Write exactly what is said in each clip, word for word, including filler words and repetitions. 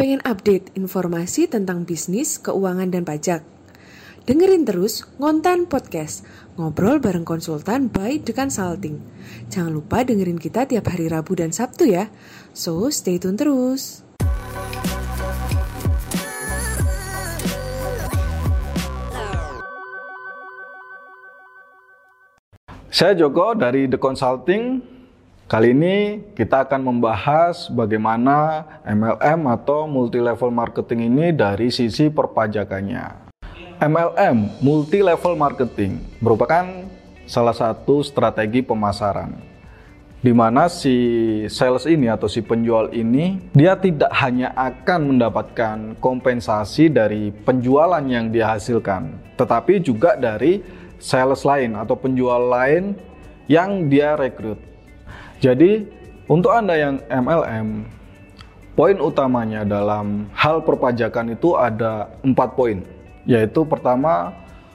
Pengen update informasi tentang bisnis, keuangan, dan pajak? Dengerin terus Ngontan Podcast, ngobrol bareng konsultan by The Consulting. Jangan lupa dengerin kita tiap hari Rabu dan Sabtu ya. So, stay tune terus. Saya Joko dari The Consulting. Kali ini kita akan membahas bagaimana M L M atau multi level marketing ini dari sisi perpajakannya. M L M, multi level marketing, merupakan salah satu strategi pemasaran, di mana si sales ini atau si penjual ini dia tidak hanya akan mendapatkan kompensasi dari penjualan yang dia hasilkan, tetapi juga dari sales lain atau penjual lain yang dia rekrut. Jadi, untuk Anda yang M L M, poin utamanya dalam hal perpajakan itu ada empat poin, yaitu pertama,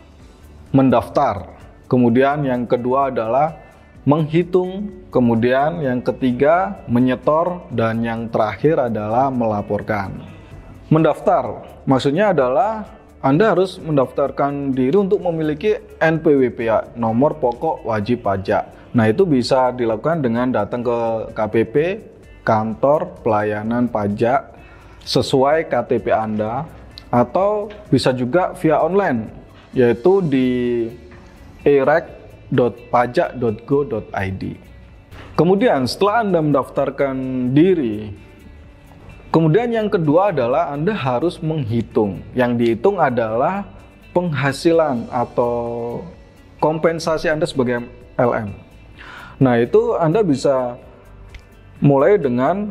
mendaftar, kemudian yang kedua adalah menghitung, kemudian yang ketiga, menyetor, dan yang terakhir adalah melaporkan. Mendaftar, maksudnya adalah Anda harus mendaftarkan diri untuk memiliki N P W P, nomor pokok wajib pajak. Nah, itu bisa dilakukan dengan datang ke K P P, kantor pelayanan pajak, sesuai K T P Anda, atau bisa juga via online, yaitu di e r e c dot pajak dot go dot i d. Kemudian setelah Anda mendaftarkan diri, kemudian yang kedua adalah Anda harus menghitung. Yang dihitung adalah penghasilan atau kompensasi Anda sebagai L M. Nah, itu Anda bisa mulai dengan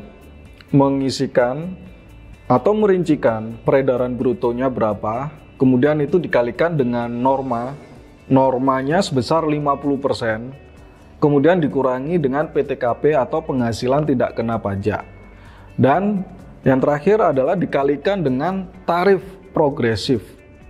mengisikan atau merincikan peredaran brutonya berapa, kemudian itu dikalikan dengan norma, normanya sebesar lima puluh persen, kemudian dikurangi dengan P T K P atau penghasilan tidak kena pajak. Dan yang terakhir adalah dikalikan dengan tarif progresif,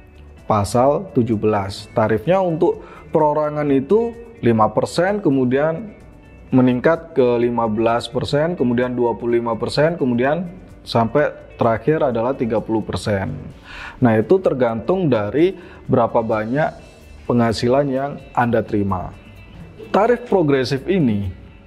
pasal tujuh belas. Tarifnya untuk perorangan itu lima persen, kemudian meningkat ke lima belas persen, kemudian dua puluh lima persen, kemudian sampai terakhir adalah tiga puluh persen. Nah, itu tergantung dari berapa banyak penghasilan yang Anda terima. Tarif progresif ini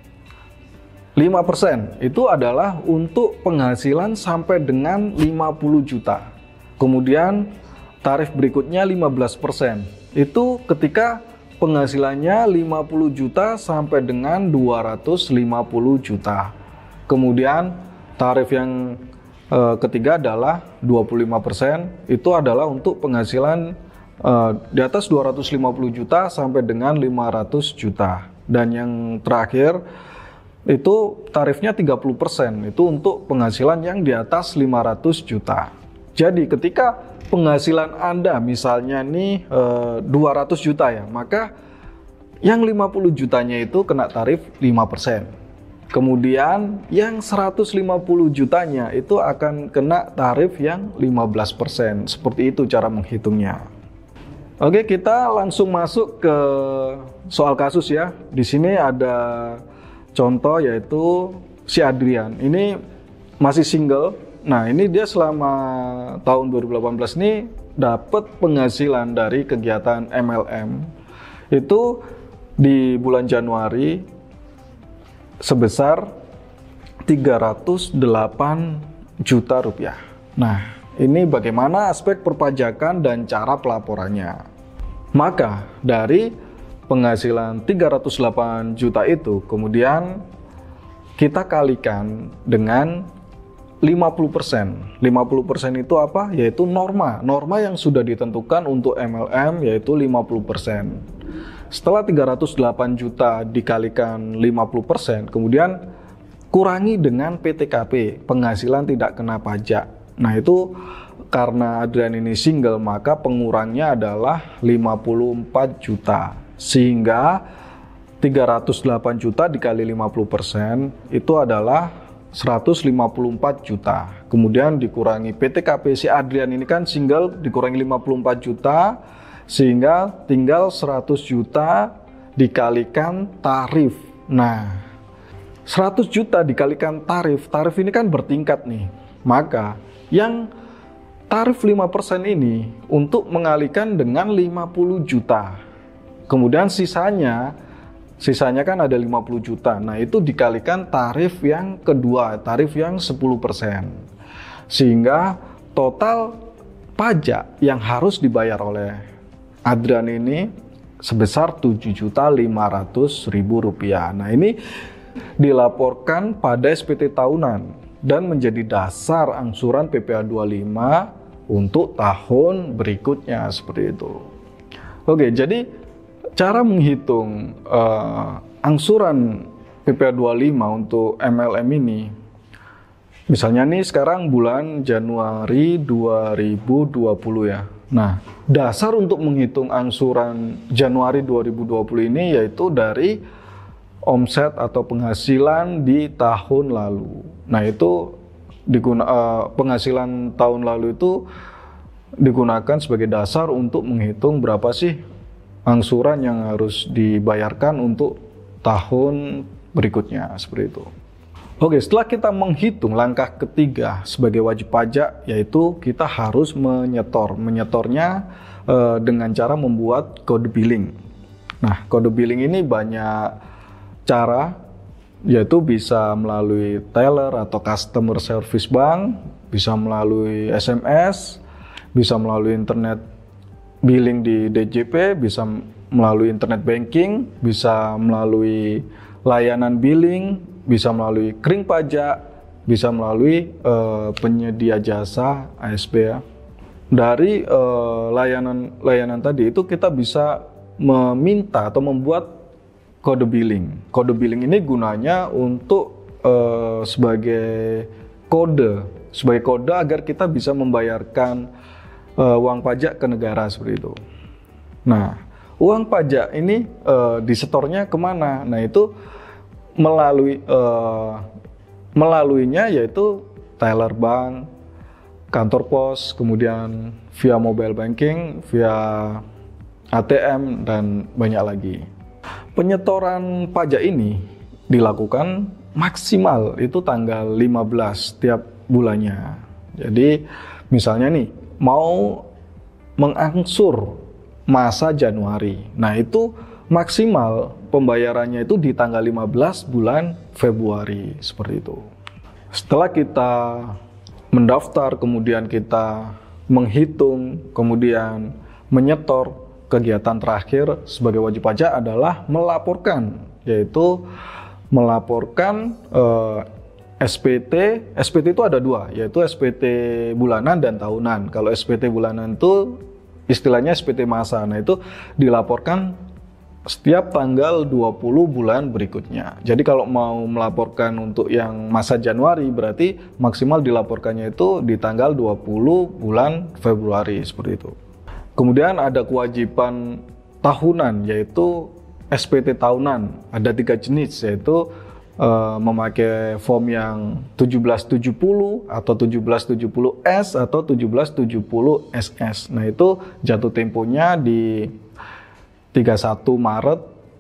lima persen itu adalah untuk penghasilan sampai dengan lima puluh juta. Kemudian tarif berikutnya lima belas persen. Itu ketika penghasilannya lima puluh juta sampai dengan dua ratus lima puluh juta. Kemudian tarif yang e, ketiga adalah dua puluh lima persen, itu adalah untuk penghasilan e, di atas dua ratus lima puluh juta sampai dengan lima ratus juta. Dan yang terakhir itu tarifnya tiga puluh persen, itu untuk penghasilan yang di atas lima ratus juta. Jadi ketika penghasilan Anda misalnya nih e, dua ratus juta ya, maka yang lima puluh jutanya itu kena tarif lima persen. Kemudian yang seratus lima puluh jutanya itu akan kena tarif yang lima belas persen. Seperti itu cara menghitungnya. Oke, kita langsung masuk ke soal kasus ya. Di sini ada contoh yaitu si Adrian. Ini masih single. Nah, ini dia selama tahun dua ribu delapan belas ini dapat penghasilan dari kegiatan M L M itu di bulan Januari sebesar tiga ratus delapan juta rupiah. Nah, ini bagaimana aspek perpajakan dan cara pelaporannya. Maka dari penghasilan tiga ratus delapan juta itu kemudian kita kalikan dengan lima puluh persen. lima puluh persen itu apa? Yaitu norma. Norma yang sudah ditentukan untuk M L M yaitu lima puluh persen. Setelah tiga ratus delapan juta dikalikan lima puluh persen, kemudian kurangi dengan P T K P, penghasilan tidak kena pajak. Nah, itu karena Adrian ini single, maka pengurangnya adalah lima puluh empat juta. Sehingga tiga ratus delapan juta dikali lima puluh persen itu adalah seratus lima puluh empat juta. Kemudian dikurangi P T K P si Adrian ini kan single, dikurangi lima puluh empat juta, sehingga tinggal seratus juta dikalikan tarif. Nah, seratus juta dikalikan tarif, tarif ini kan bertingkat nih. Maka yang tarif lima persen ini untuk mengalihkan dengan lima puluh juta. Kemudian sisanya, sisanya kan ada lima puluh juta. Nah, itu dikalikan tarif yang kedua, tarif yang sepuluh persen. Sehingga total pajak yang harus dibayar oleh Adrian ini sebesar tujuh juta lima ratus ribu rupiah. Nah, ini dilaporkan pada S P T tahunan dan menjadi dasar angsuran P P H dua puluh lima untuk tahun berikutnya, seperti itu. Oke, jadi cara menghitung uh, angsuran P P H dua puluh lima untuk M L M ini, misalnya nih sekarang bulan Januari dua ribu dua puluh ya. Nah, dasar untuk menghitung angsuran Januari dua ribu dua puluh ini yaitu dari omset atau penghasilan di tahun lalu. Nah, itu diguna, uh, penghasilan tahun lalu itu digunakan sebagai dasar untuk menghitung berapa sih angsuran yang harus dibayarkan untuk tahun berikutnya, seperti itu. Oke, setelah kita menghitung langkah ketiga sebagai wajib pajak, yaitu kita harus menyetor. Menyetornya uh, dengan cara membuat kode billing. Nah, kode billing ini banyak cara, yaitu bisa melalui teller atau customer service bank, bisa melalui S M S, bisa melalui internet billing di D J P, bisa melalui internet banking, bisa melalui layanan billing, bisa melalui kering pajak, bisa melalui uh, penyedia jasa A S P ya. Dari uh, layanan layanan tadi itu kita bisa meminta atau membuat kode billing. Kode billing ini gunanya untuk uh, sebagai kode, sebagai kode agar kita bisa membayarkan uh, uang pajak ke negara, seperti itu. Nah, uang pajak ini uh, disetornya kemana? Nah, itu melalui uh, melaluinya yaitu teller bank, kantor pos, kemudian via mobile banking, via A T M, dan banyak lagi. Penyetoran pajak ini dilakukan maksimal itu tanggal lima belas tiap bulannya. Jadi misalnya nih mau mengangsur masa Januari. Nah, itu maksimal pembayarannya itu di tanggal lima belas bulan Februari, seperti itu. Setelah kita mendaftar, kemudian kita menghitung, kemudian menyetor, kegiatan terakhir sebagai wajib pajak adalah melaporkan, yaitu melaporkan eh, S P T. S P T itu ada dua, yaitu S P T bulanan dan tahunan. Kalau S P T bulanan itu istilahnya S P T masa. Nah, itu dilaporkan setiap tanggal dua puluh bulan berikutnya. Jadi kalau mau melaporkan untuk yang masa Januari, berarti maksimal dilaporkannya itu di tanggal dua puluh bulan Februari, seperti itu. Kemudian ada kewajiban tahunan, yaitu S P T tahunan. Ada tiga jenis, yaitu uh, memakai form yang tujuh belas tujuh puluh atau tujuh belas tujuh puluh S atau tujuh belas tujuh puluh S S. Nah, itu jatuh temponya di tiga puluh satu Maret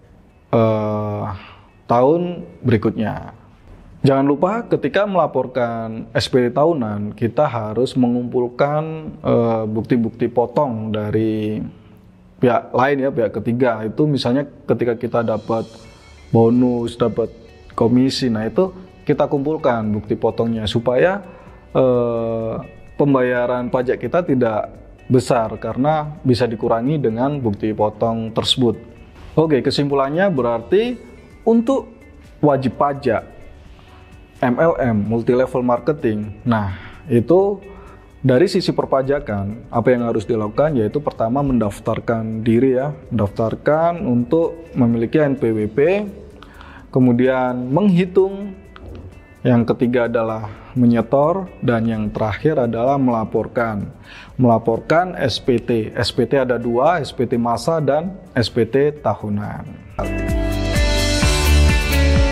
uh, tahun berikutnya. Jangan lupa ketika melaporkan S P T tahunan, kita harus mengumpulkan uh, bukti-bukti potong dari pihak lain ya, pihak ketiga. Itu misalnya ketika kita dapat bonus, dapat komisi, nah itu kita kumpulkan bukti potongnya supaya uh, pembayaran pajak kita tidak besar karena bisa dikurangi dengan bukti potong tersebut. Oke, kesimpulannya berarti untuk wajib pajak M L M, multi level marketing. Nah, itu dari sisi perpajakan, apa yang harus dilakukan yaitu pertama mendaftarkan diri ya, mendaftarkan untuk memiliki N P W P, kemudian menghitung, yang ketiga adalah menyetor, dan yang terakhir adalah melaporkan. Melaporkan S P T. S P T ada dua, S P T masa dan S P T tahunan.